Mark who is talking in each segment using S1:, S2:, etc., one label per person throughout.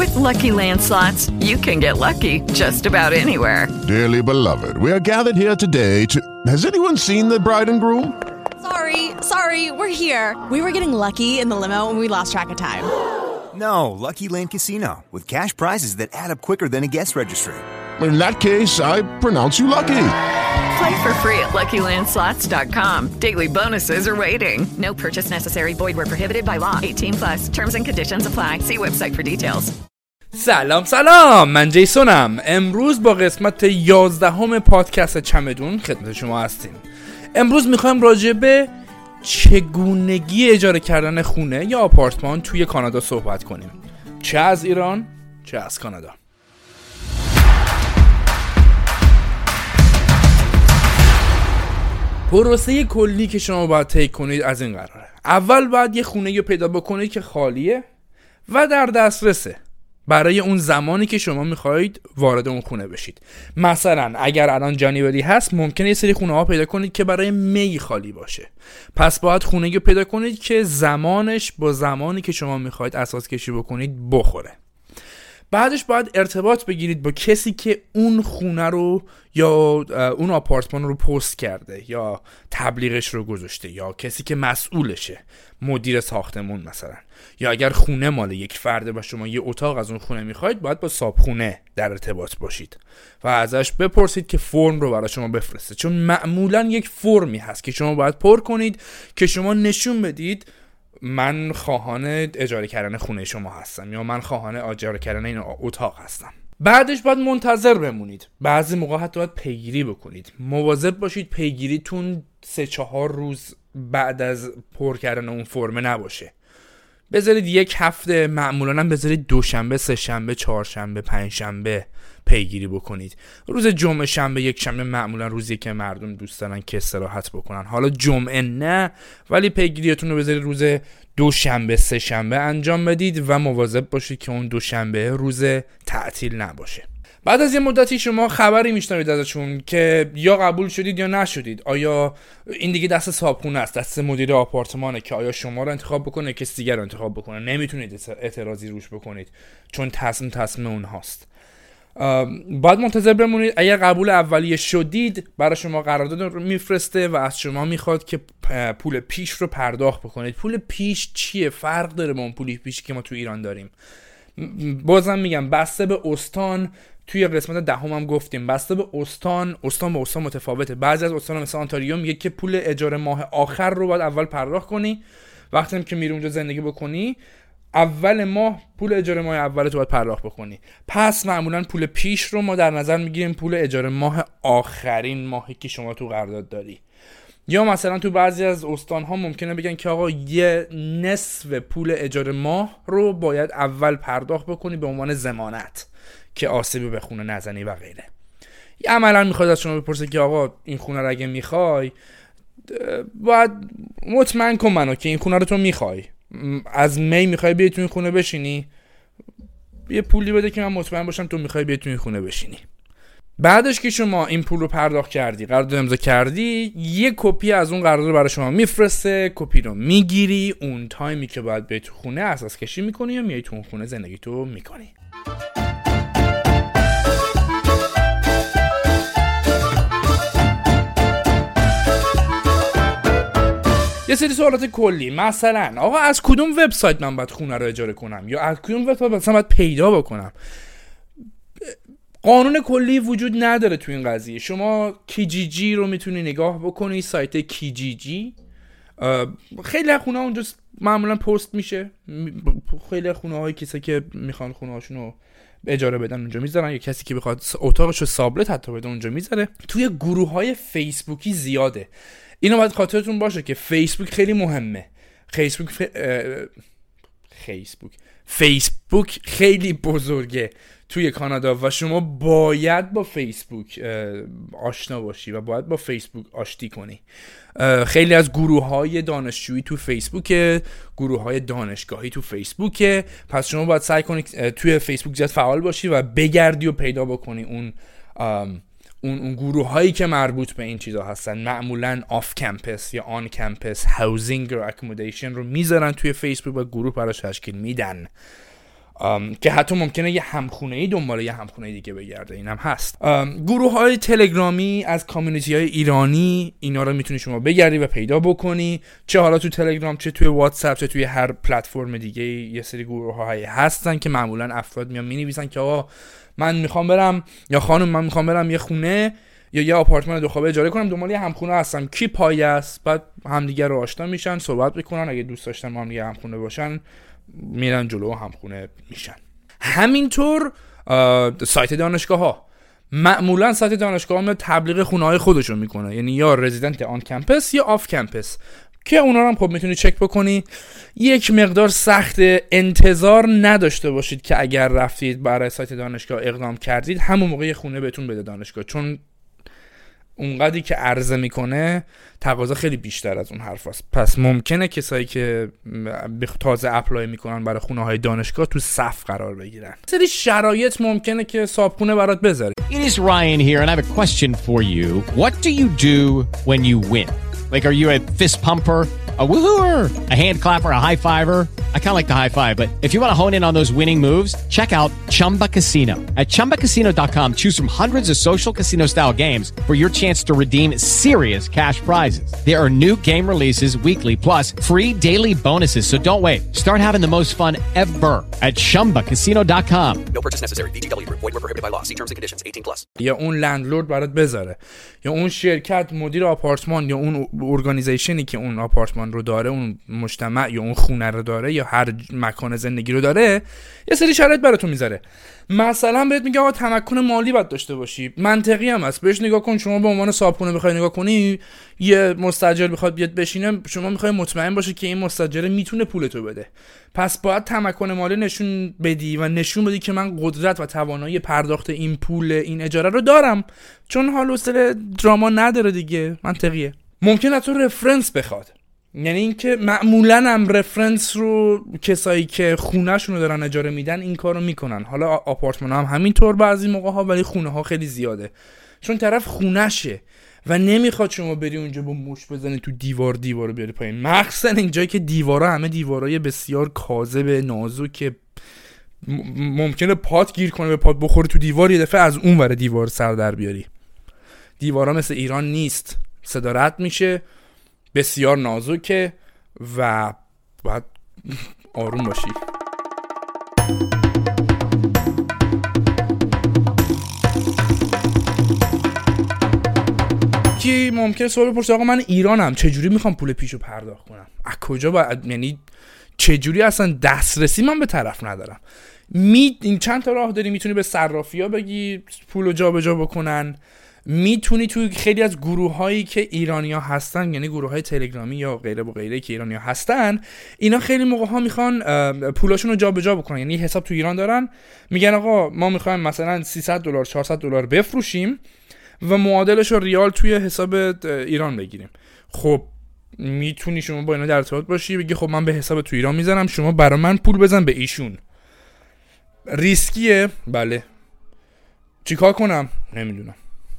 S1: With Lucky Land Slots, you can get lucky just about anywhere.
S2: Dearly beloved, we are gathered here today to... Has anyone seen the bride and groom?
S3: Sorry, we're here. We were getting lucky in the limo and we lost track of time.
S4: No, Lucky Land Casino, with cash prizes that add up quicker than a guest registry.
S2: In that case, I pronounce you lucky.
S1: Play for free at LuckyLandSlots.com. Daily bonuses are waiting. No purchase necessary. Void where prohibited by law. 18+. Terms and conditions apply. See website for details.
S5: سلام، من جیسونم. امروز با قسمت 11 پادکست چمدون خدمت شما هستیم. امروز میخوایم راجع به چگونگی اجاره کردن خونه یا آپارتمان توی کانادا صحبت کنیم، چه از ایران چه از کانادا. پروسه کلی که شما باید طی کنید از این قراره: اول باید یه خونه رو پیدا بکنید که خالیه و در دسترسه برای اون زمانی که شما میخواید وارد اون خونه بشید. مثلا اگر الان جانیوری هست، ممکنه یه سری خونه ها پیدا کنید که برای می خالی باشه. پس باید خونه رو پیدا کنید که زمانش با زمانی که شما میخواید اساس کشی بکنید بخوره. بعدش باید ارتباط بگیرید با کسی که اون خونه رو یا اون آپارتمان رو پست کرده یا تبلیغش رو گذاشته، یا کسی که مسئولشه، مدیر ساختمون مثلا. یا اگر خونه مال یک فرده و شما یه اتاق از اون خونه میخواید، باید با صاحبخونه در ارتباط باشید و ازش بپرسید که فرم رو برای شما بفرسته، چون معمولا یک فرمی هست که شما باید پر کنید که شما نشون بدید من خواهان اجاره کردن خونه شما هستم یا من خواهان اجاره کردن این اتاق هستم. بعدش باید منتظر بمونید. بعضی موقع حتی باید پیگیری بکنید. مواظب باشید پیگیریتون 3-4 روز بعد از پر کردن اون فرم نباشه. بذارید یک هفته، معمولا هم بذارید دوشنبه، سه‌شنبه، چهارشنبه، پنجشنبه پیگیری بکنید. روز جمعه، شنبه، یک شنبه معمولا روزی که مردم دوست دارن که استراحت بکنن. حالا جمعه نه، ولی پیگیریتون رو بذارید روز دوشنبه، سه‌شنبه انجام بدید و مواظب باشید که اون دوشنبه روز تعطیل نباشه. بعد از یه مدتی شما خبری میشنوید ازشون که یا قبول شدید یا نشدید. آیا این دیگه دست صاحبخونه است، دست مدیر آپارتمانه که آیا شما رو انتخاب بکنه کسی دیگر رو انتخاب بکنه. نمیتونید اعتراضی روش بکنید چون تصمیم اونهاست. باید منتظر بمونید. اگر قبول اولیه شدید، برای شما قرارداد رو میفرسته و از شما میخواد که پول پیش رو پرداخت بکنید. پول پیش چیه؟ فرق داره با اون پول پیشی که ما تو ایران داریم. بازم میگم بسته به استان، توی قسمت 10 هم گفتیم بسته به استان با استان متفاوته. بعضی از استان مثل آنتاریو میگه که پول اجاره ماه آخر رو باید اول پرداخت کنی. وقتی که میری اونجا زندگی بکنی، اول ماه پول اجاره ماه اول تو باید پرداخت بکنی. پس معمولا پول پیش رو ما در نظر میگیریم پول اجاره ماه آخرین ماهی که شما تو قرارداد داری. یا مثلا تو بعضی از استان‌ها ممکنه بگن که آقا یه نصف پول اجاره ماه رو باید اول پرداخت بکنی به عنوان ضمانت که آسیبی به خونه نزنی و غیره. یا عملا میخواد از شما بپرسه که آقا این خونه رو اگه میخوای، باید مطمئن کن منو که این خونه رو تو میخوای، از می میخوای بیای تو این خونه بشینی، یه پولی بده که من مطمئن باشم تو میخوای بیای تو این خونه بشینی. بعدش که شما این پول رو پرداخت کردی، قرارداد امضا کردی، یه کپی از اون قرارداد برای شما میفرسته. کپی رو میگیری، اون تایمی که باید بیای تو خونه اساس کشی میکنی یا میای تو اون خونه زندگی تو میکنی. یه سری سوالات کلی، مثلا آقا از کدوم وبسایت من باید خونه رو اجاره کنم یا از کدوم وبسایت مثلا باید پیدا بکنم. قانون کلی وجود نداره تو این قضیه. شما کیجیجی رو میتونی نگاه بکنی، سایت کیجیجی. خیلی از خونه ها اونجا معمولا پست میشه. خیلی از خونه های کسی که میخوان خونه هاشون رو اجاره بدن اونجا میذارن، یا کسی که بخواد اتاقش رو سابلت حتی بده اونجا میذاره. توی گروه های فیسبوکی زیاده. اینو باید خاطرتون باشه که فیسبوک خیلی مهمه. فیسبوک خیلی بزرگه توی کانادا و شما باید با فیسبوک آشنا باشی و باید با فیسبوک آشتی کنی. خیلی از گروه‌های دانشجویی تو فیسبوکه، گروه‌های دانشگاهی تو فیسبوکه. پس شما باید سعی کنی توی فیسبوک زیاد فعال باشی و بگردی و پیدا بکنی اون گروه هایی که مربوط به این چیزا هستن. معمولا آف کمپس یا آن کمپس هاوزینگ و اکومودیشن رو میذارن توی فیسبوک و گروه براش تشکیل میدن. که حتی ممکنه یه همخونه‌ای دنبال یه همخونه دیگه بگرده، اینم هست. گروه‌های تلگرامی از کامیونیتی‌های ایرانی، اینا رو میتونی شما بگردی و پیدا بکنی، چه حالا تو تلگرام، چه توی واتساپ، چه توی هر پلتفرم دیگه. یه سری گروه‌هایی هستن که معمولاً افراد میان می‌نویسن که آقا من میخوام برم، یا خانم من میخوام برم یه خونه یا یه آپارتمان 2 خوابه اجاره کنم، دنبال یه همخونه هستم، کی پایه است؟ بعد همدیگه رو آشنا میشن، صحبت میکنن، اگه دوست داشتن ما هم یه همخونه باشن میرن جلو و همخونه میشن. همینطور سایت دانشگاه‌ها، معمولا سایت دانشگاه‌ها میاد تبلیغ خونه‌های خودشون میکنه، یعنی یا رزیدنت آن کمپس یا آف کمپس، که اونا رو هم خب میتونی چک بکنی. یک مقدار سخت، انتظار نداشته باشید که اگر رفتید برای سایت دانشگاه اقدام کردید همون موقع خونه بهتون بده دانشگاه، چون اونقدری که عرضه میکنه تقاضا خیلی بیشتر از اون حرف هست. پس ممکنه کسایی که تازه اپلای میکنن برای خونه های دانشگاه تو صف قرار بگیرن. سری شرایط ممکنه که صابخونه برات بذاره.
S6: It is Ryan here and I have a question for you. What do you do when you win? Like, are you a fist pumper, a woo-hooer, a hand clapper, a high fiver? I kind of like the high five, but if you want to hone in on those winning moves, check out Chumba Casino. At ChumbaCasino.com, choose from hundreds of social casino-style games for your chance to redeem serious cash prizes. There are new game releases weekly, plus free daily bonuses, so don't wait. Start having the most fun ever at ChumbaCasino.com.
S7: No purchase necessary. VGW Group. Void where prohibited by law. See terms and conditions. 18+.
S5: یا اون لندلورد برات بذاره، یا اون شرکت، مدیر آپارتمان، یا اون ارگانیزیشنی که اون آپارتمان رو داره، اون مجتمع یا اون خونه رو داره، یا هر مکان زندگی رو داره، یه سری شرایط براتون میذاره. مثلا بهت میگه آقا تمکن مالی باید داشته باشی. منطقی هم هست. بهش نگاه کن، شما به عنوان صاحبخونه بخوای نگاه کنی، یه مستاجر بخواد بیاد بشینه، شما میخوای مطمئن باشی که این مستاجر میتونه پولتو بده، پس باید تمکن مالی نشون بدی و نشون بدی که من قدرت و توانایی پرداخت این پول، این اجاره رو دارم، چون حال و حوصله دراما نداره دیگه. منطقیه. ممکنه از تو رفرنس بخواد، یعنی اینکه معمولاً هم رفرنس رو کسایی که خونه‌شون رو دارن اجاره میدن این کارو میکنن. حالا آپارتمان هم همینطور بعضی موقع ها، ولی خونه ها خیلی زیاده، چون طرف خونه‌شه و نمیخواد شما بری اونجا با مش بزنی تو دیوارو بیاری پایین، مخصوصا اینجایی که دیوارا همه دیوارای بسیار کاذب نازک، ممکنه پات گیر کنه، به پات بخوره تو دیوار، یه دفعه از اون ور دیوار سر در بیاری. دیوارا مثل ایران نیست، صدا رد میشه، بسیار نازکه و باید آروم باشی. کی ممکنه سوال بپرسه آقا من ایرانم، چجوری میخوام پول پیشو پرداخت کنم؟ از کجا باید، یعنی چجوری اصلا دسترسی من به طرف ندارم؟ این چند تا راه داری. میتونی به صرافی‌ها بگی پولو جابجا بکنن، میتونی توی خیلی از گروه‌هایی که ایرانی‌ها هستن، یعنی گروه‌های تلگرامی یا غیره و غیره که ایرانی‌ها هستن، اینا خیلی موقع‌ها میخوان پولاشون رو جابجا بکنن، یعنی حساب تو ایران دارن، میگن آقا ما میخوایم مثلا $300 $400 بفروشیم و معادلش رو ریال توی حساب ایران بگیریم. خب میتونی شما با اینا در ارتباط باشی، بگی خب من به حساب تو ایران میذارم، شما برای من پول بزن به ایشون. ریسکیه؟ بله. چیکار کنم؟ نمیدونم.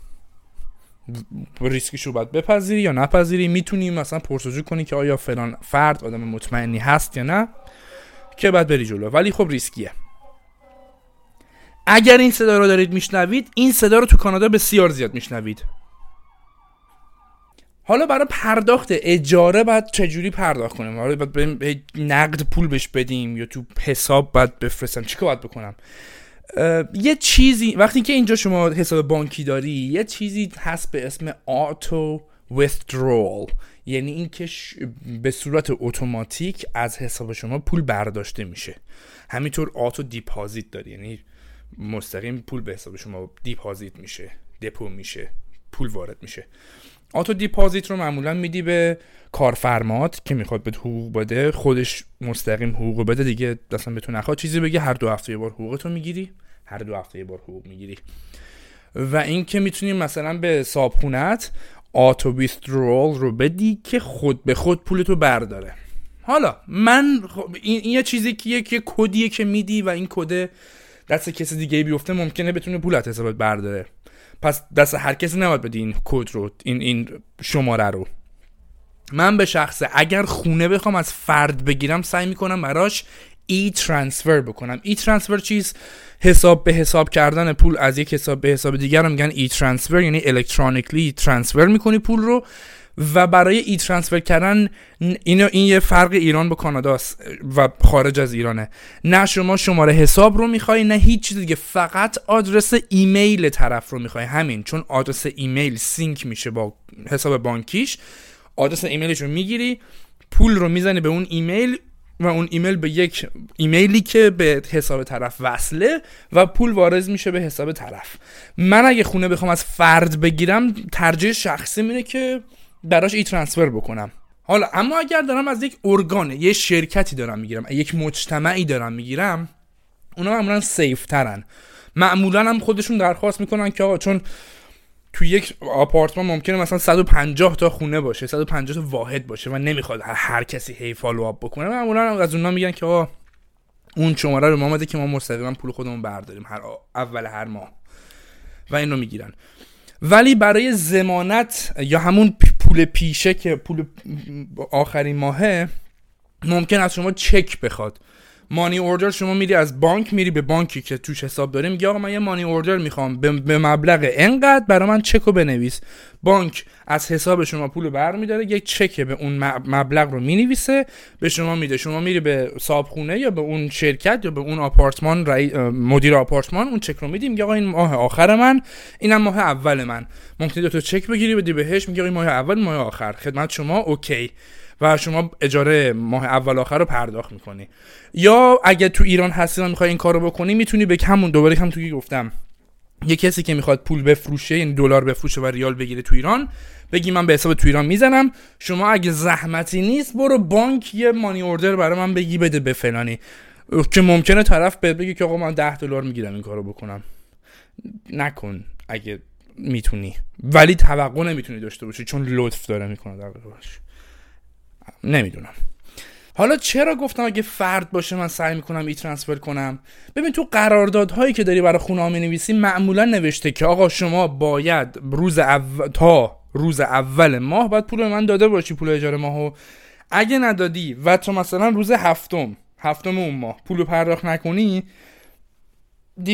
S5: ریسکشو باید بپذیری یا نپذیری. میتونی مثلا پرسجو کنی که آیا فلان فرد آدم مطمئنی هست یا نه، که بعد بری جلو، ولی خب ریسکیه. اگر این صدا رو دارید میشنوید، این صدا رو تو کانادا بسیار زیاد میشنوید. حالا برای پرداخت اجاره باید چجوری پرداخت کنیم؟ حالا باید نقد پول بهش بدیم یا تو حساب باید بفرستم؟ چیکار باید بکنم؟ یه چیزی وقتی که اینجا شما حساب بانکی داری، یه چیزی هست به اسم auto withdrawal، یعنی این که به صورت اتوماتیک از حساب شما پول برداشته میشه. همینطور auto deposit داری، یعنی مستقیم پول به حساب شما دیپازیت میشه، دپو میشه، پول وارد میشه. آتو دیپازیت رو معمولا میدی به کارفرمات که میخواد به حقوق بده، خودش مستقیم حقوق بده دیگه، اصلا بهتون نخواد چیزی بگه. هر 2 هفته یه بار حقوقتو میگیری، هر 2 هفته یه بار حقوق میگیری. و این که میتونی مثلا به صاحبخونه‌ات آتو ویثدرول رو بدی که خود به خود پولتو برداره. حالا من این یه چیزی که یک کدیه که میدی و این کد دست کسی دیگه بیفته ممکنه بتونه پولت حسابت برداره، پس دست هر کسی نباید بدی این کد رو، این شماره رو. من به شخصه اگر خونه بخوام از فرد بگیرم، سعی میکنم براش ای ترانسفر بکنم. ای ترانسفر چیز؟ حساب به حساب کردن پول از یک حساب به حساب دیگر رو میگن ای ترانسفر، یعنی الکترونیکلی ترانسفر میکنی پول رو. و برای ای ترانسفر کردن این یه فرق ایران با کاناداست و خارج از ایرانه. نه شما شماره حساب رو میخوای نه هیچ چیز دیگه، فقط آدرس ایمیل طرف رو میخوای. همین، چون آدرس ایمیل سینک میشه با حساب بانکیش، آدرس ایمیلش رو میگیری، پول رو میزنی به اون ایمیل و اون ایمیل به یک ایمیلی که به حساب طرف وصله و پول وارد میشه به حساب طرف. من اگه خونه بخوام از فرد بگیرم، ترجیح شخصی اینه که براش ای ترانسفر بکنم. حالا اما اگر دارم از یک ارگان، یه شرکتی دارم میگیرم، یک مجتمعی دارم میگیرم، اونا معمولا سیف ترن. معمولا هم خودشون درخواست میکنن که آقا چون تو یک آپارتمان ممکنه مثلا 150 تا خونه باشه، 150 تا واحد باشه و نمیخواد هر کسی هی فالو آپ بکنه، معمولا از اونها میگن که آقا اون شماره رو ما بده که ما مستقیما پول خودمون برداریم اول هر ماه و اینو میگیرن. ولی برای ضمانت یا همون پول پیشه که پول آخرین ماهه، ممکن از شما چک بخواد. مانی اوردر، شما میری از بانک، میری به بانکی که توش حساب داره، میگه آقا من یه مانی اوردر میخوام به مبلغ اینقدر، برای من چک رو بنویس. بانک از حساب شما پول برمیداره، یک چک به اون مبلغ رو مینویسه به شما میده. شما میری به صاحبخونه یا به اون شرکت یا به اون آپارتمان، مدیر آپارتمان، اون چک رو میدی، میگه آقا این ماه آخر من، اینم ماه اول من. ممکنه دو تا چک بگیری بدی بهش، میگه این ماه اول ماه آخر خدمت شما، اوکی، و شما اجاره ماه اول آخر رو پرداخت میکنی. یا اگه تو ایران هستی و میخوای این کارو بکنی، میتونی به همون دوباره هم توی گفتم یه کسی که میخواد پول بفروشه، یعنی دلار بفروشه و ریال بگیره تو ایران، بگی من به حساب تو ایران میزنم، شما اگه زحمتی نیست برو بانک یه مانی اوردر برای من بگی بده به فلانی، که ممکنه طرف بگه که آقا من $10 میگیرم این کارو بکنم. نکن اگه میتونی، ولی توقع نمیتونی داشته باشی چون لطف داره میکنه در واقعش. نمیدونم. حالا چرا گفتم اگه فرد باشه من سعی میکنم ای ترانسفر کنم؟ ببین تو قراردادهایی که داری برای خونه ها مینویسی معمولا نوشته که آقا شما باید تا روز اول ماه باید پول به من داده باشی، پول اجاره ماهو. اگه ندادی و تو مثلا روز هفتم اون ماه پولو پرداخت نکنی، $200 $300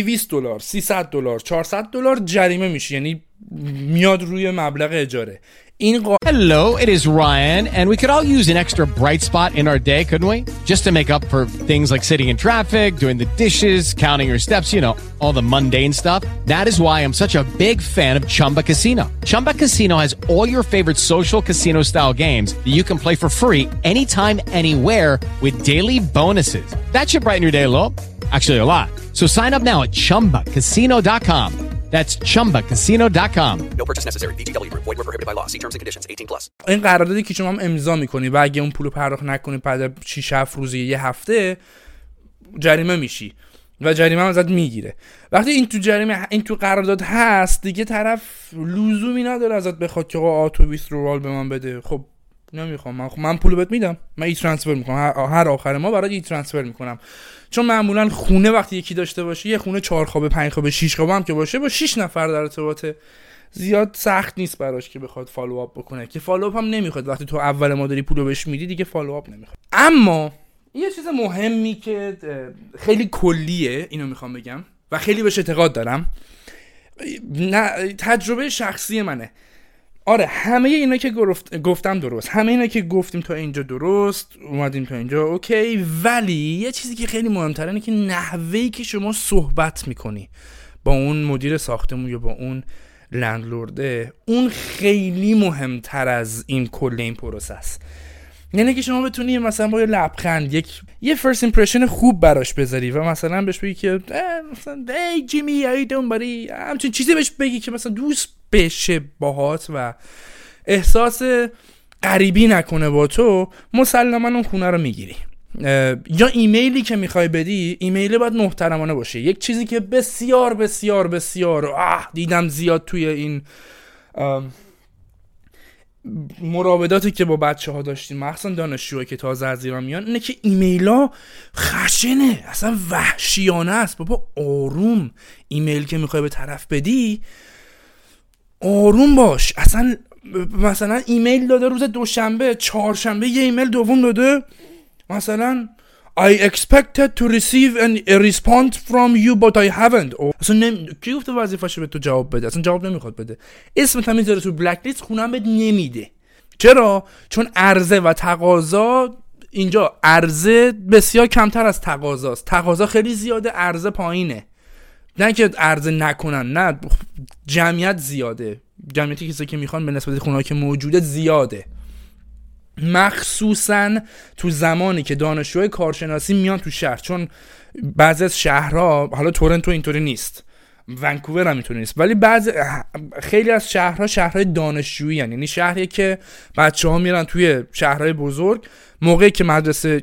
S5: $400 جریمه میشی، یعنی میاد روی مبلغ اجاره.
S6: Hello, it is Ryan, and we could all use an extra bright spot in our day, couldn't we? Just to make up for things like sitting in traffic, doing the dishes, counting your steps, you know, all the mundane stuff. That is why I'm such a big fan of Chumba Casino. Chumba Casino has all your favorite social casino-style games that you can play for free anytime, anywhere with daily bonuses. That should brighten your day a little. Actually, a lot. So sign up now at ChumbaCasino.com. That's ChumbaCasino.com.
S7: No purchase necessary. VGW Group. Void where prohibited by law. See terms and conditions. 18+.
S5: این قراردادی که شما هم امضا میکنی و اگه اون پولو پرداخت نکنی بعد 6-7 روز یه هفته جریمه میشی و جریمه هم ازت میگیره. وقتی این تو قرارداد هست دیگه، طرف لزومی نداره ازت بخواد که آقا اتوبیس رو رال به من بده. خب نمیخوام، من پولو بهت میدم، من ای ترانسفر میکنم هر آخر ما برات ای ترانسفر میکنم. چون معمولا خونه وقتی یکی داشته باشه، یه خونه 4 خوابه 5 خوابه 6 خوابه هم که باشه، با 6 نفر در ارتباطه، زیاد سخت نیست براش که بخواد فالو آپ بکنه، که فالو آپ هم نمیخواد. وقتی تو اول ما داری پولو بهش میدی دیگه فالو آپ نمیخواد. اما یه چیز مهمی که خیلی کلیه، اینو میخوام بگم و خیلی بهش اعتقاد دارم، تجربه شخصی منه. آره همه اینا که گفتم درست، همه اینا که گفتیم تا اینجا درست، اومدیم تا اینجا اوکی، ولی یه چیزی که خیلی مهمتره اینه که نحوهی که شما صحبت میکنی با اون مدیر ساختمون یا با اون لندلورده، اون خیلی مهمتر از این کل این پروسه است. یعنی که شما بتونی مثلا با یه لبخند یه فرست ایمپرشن خوب براش بذاری و مثلا بهش بگی که مثلا hey جیمی how you doing buddy، همچین چیزی بهش بگی که مثلا دوست بشه باهات و احساس غریبی نکنه با تو، مسلما اون خونه رو میگیری. یا ایمیلی که میخوای بدی، ایمیل باید محترمانه باشه. یک چیزی که بسیار بسیار بسیار دیدم زیاد توی این مراوداتی که با بچه ها داشتیم، مخصوصا دانشجوها که تازه از ایران میان، اینه که ایمیل ها خشنه، اصلا وحشیانه است. بابا آروم، ایمیل که میخوای به طرف بدی آروم باش. اصلا مثلا ایمیل داده روز دوشنبه، چهارشنبه یه ایمیل دوم داده مثلا I expected to receive a response from you but I haven't. اصلا کی گفته وظیفه‌شه به تو جواب بده؟ اصلا جواب نمیخواد بده. اسمت هم میذاره تو بلک لیست، خونم بهت نمیده. چرا؟ چون عرضه و تقاضا اینجا عرضه بسیار کمتر از تقاضاست. تقاضا خیلی زیاده، عرضه پایینه. نه که عرضه نکنن، نه، جمعیت زیاده. جمعیتی کسی که میخوان به نسبت خونه‌ای که موجوده زیاده. مخصوصا تو زمانی که دانشجوهای کارشناسی میان تو شهر، چون بعضی از شهرها، حالا تورنتو اینطوری نیست، ونکوور هم اینطوری نیست، ولی خیلی از شهرها شهرهای دانشجویی هستند. یعنی شهری که بچه‌ها میرن توی شهرهای بزرگ، موقعی که مدرسه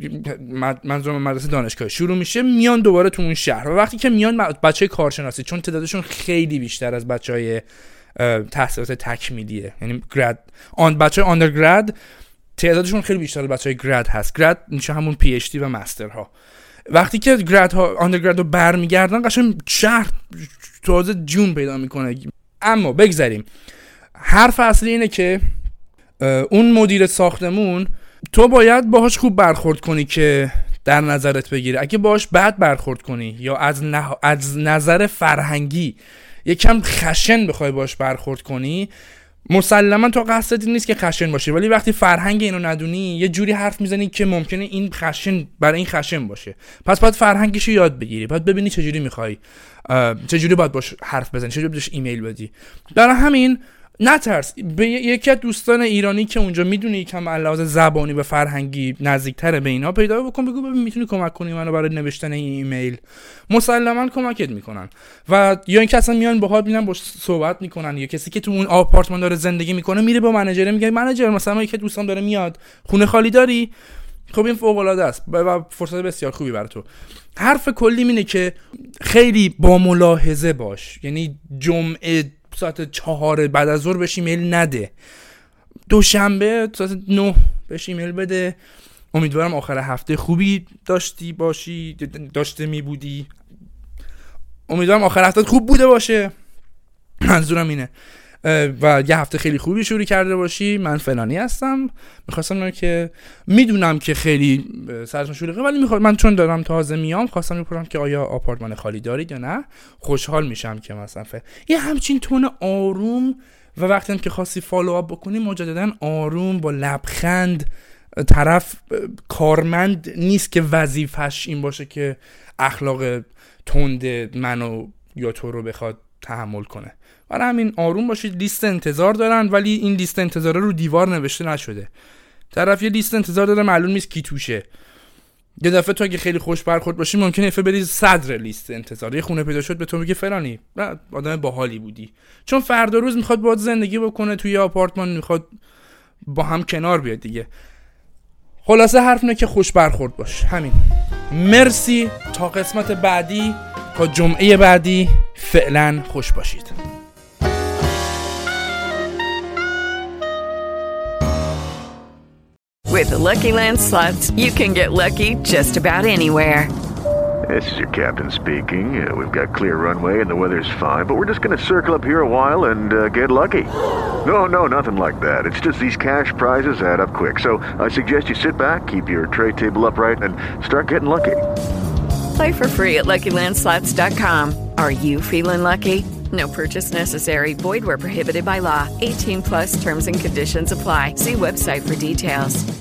S5: دانشگاه شروع میشه میان دوباره تو اون شهر، و وقتی که میان بچهای کارشناسی، چون تعدادشون خیلی بیشتر از بچهای تحصیلات تکمیلیه، یعنی بچهای آندرگراد تعدادشون خیلی بیشتر از بچهای گراد هست. گراد میشه همون پی اچ دی و مسترها. وقتی که گراد ها آندرگراد رو برمیگردن، قشنگ شهر تازه جون پیدا میکنه. اما بگذاریم، حرف اصلی اینه که اون مدیر ساختمون تو باید باهاش خوب برخورد کنی که در نظرت بگیره. اگه باهاش بد برخورد کنی یا از نظر فرهنگی یکم خشن بخوای باهاش برخورد کنی، مسلما تو قصدت نیست که خشن باشه، ولی وقتی فرهنگ اینو ندونی یه جوری حرف میزنی که ممکنه این خشن برای این خشن باشه. پس باید فرهنگشو یاد بگیری، باید ببینی چجوری میخوای، چجوری باید باش حرف بزنی، چجوری بهش ایمیل بدی. برای همین نترس. به یکی از دوستان ایرانی که اونجا میدونی یکم علاوه زبانی و فرهنگی نزدیکتره به اینا پیدا بکن، بگو ببین میتونی کمک کنی منو برای نوشتن این ایمیل، مسلما کمکت میکنن. و یا اینکه اصلا میان باهات میرن باش صحبت میکنن، یا کسی که تو اون آپارتمان داره زندگی میکنه میره با منیجر میگه منیجر مثلا یکی دوستام داره میاد، خونه خالی داری؟ خب این فوق العاده است و فرصت بسیار خوبی برای تو. حرف کلی اینه که خیلی با ملاحظه باش، یعنی جمعه ساعت 4 بعد از ظهر بهش ایمیل نده، دوشنبه ساعت 9 بهش ایمیل بده. امیدوارم آخر هفته خوبی داشته می بودی. امیدوارم آخر هفته خوب بوده باشه، منظورم اینه، و یه هفته خیلی خوبی شروع کرده باشی. من فلانی هستم، میخواستم که میدونم که خیلی سرشون شلوغه، ولی من چون دارم تازه میام خواستم بپرسم که آیا آپارتمان خالی دارید یا نه. خوشحال میشم که مثلا یه همچین تون آروم، و وقتی هم که خواستی فالو آپ بکنی مجددا آروم با لبخند. طرف کارمند نیست که وظیفش این باشه که اخلاق تند منو یا تو رو بخواد تحمل کنه. برای همین آروم باشید. لیست انتظار دارن، ولی این لیست انتظار رو دیوار نوشته نشده. طرف یه لیست انتظار داره، معلوم نیست کی توشه. یه دفعه تو اگه خیلی خوش برخورد باشی ممکنه افه بری صدر لیست انتظار، یه خونه پیدا شد به تو میگه فلانی آدم باحالی بودی، چون فردا روز میخواد باهات زندگی بکنه توی آپارتمان، میخواد با هم کنار بیاد دیگه. خلاصه حرف اینه که خوش برخورد باش. همین. مرسی. تا قسمت بعدی، تا جمعه بعدی، فعلا خوش باشید.
S1: With the Lucky Land Slots, you can get lucky just about anywhere.
S8: This is your captain speaking. We've got clear runway and the weather's fine, but we're just going to circle up here a while and get lucky. No, nothing like that. It's just these cash prizes add up quick. So I suggest you sit back, keep your tray table upright, and start getting lucky.
S1: Play for free at LuckyLandSlots.com. Are you feeling lucky? No purchase necessary. Void where prohibited by law. 18+ terms and conditions apply. See website for details.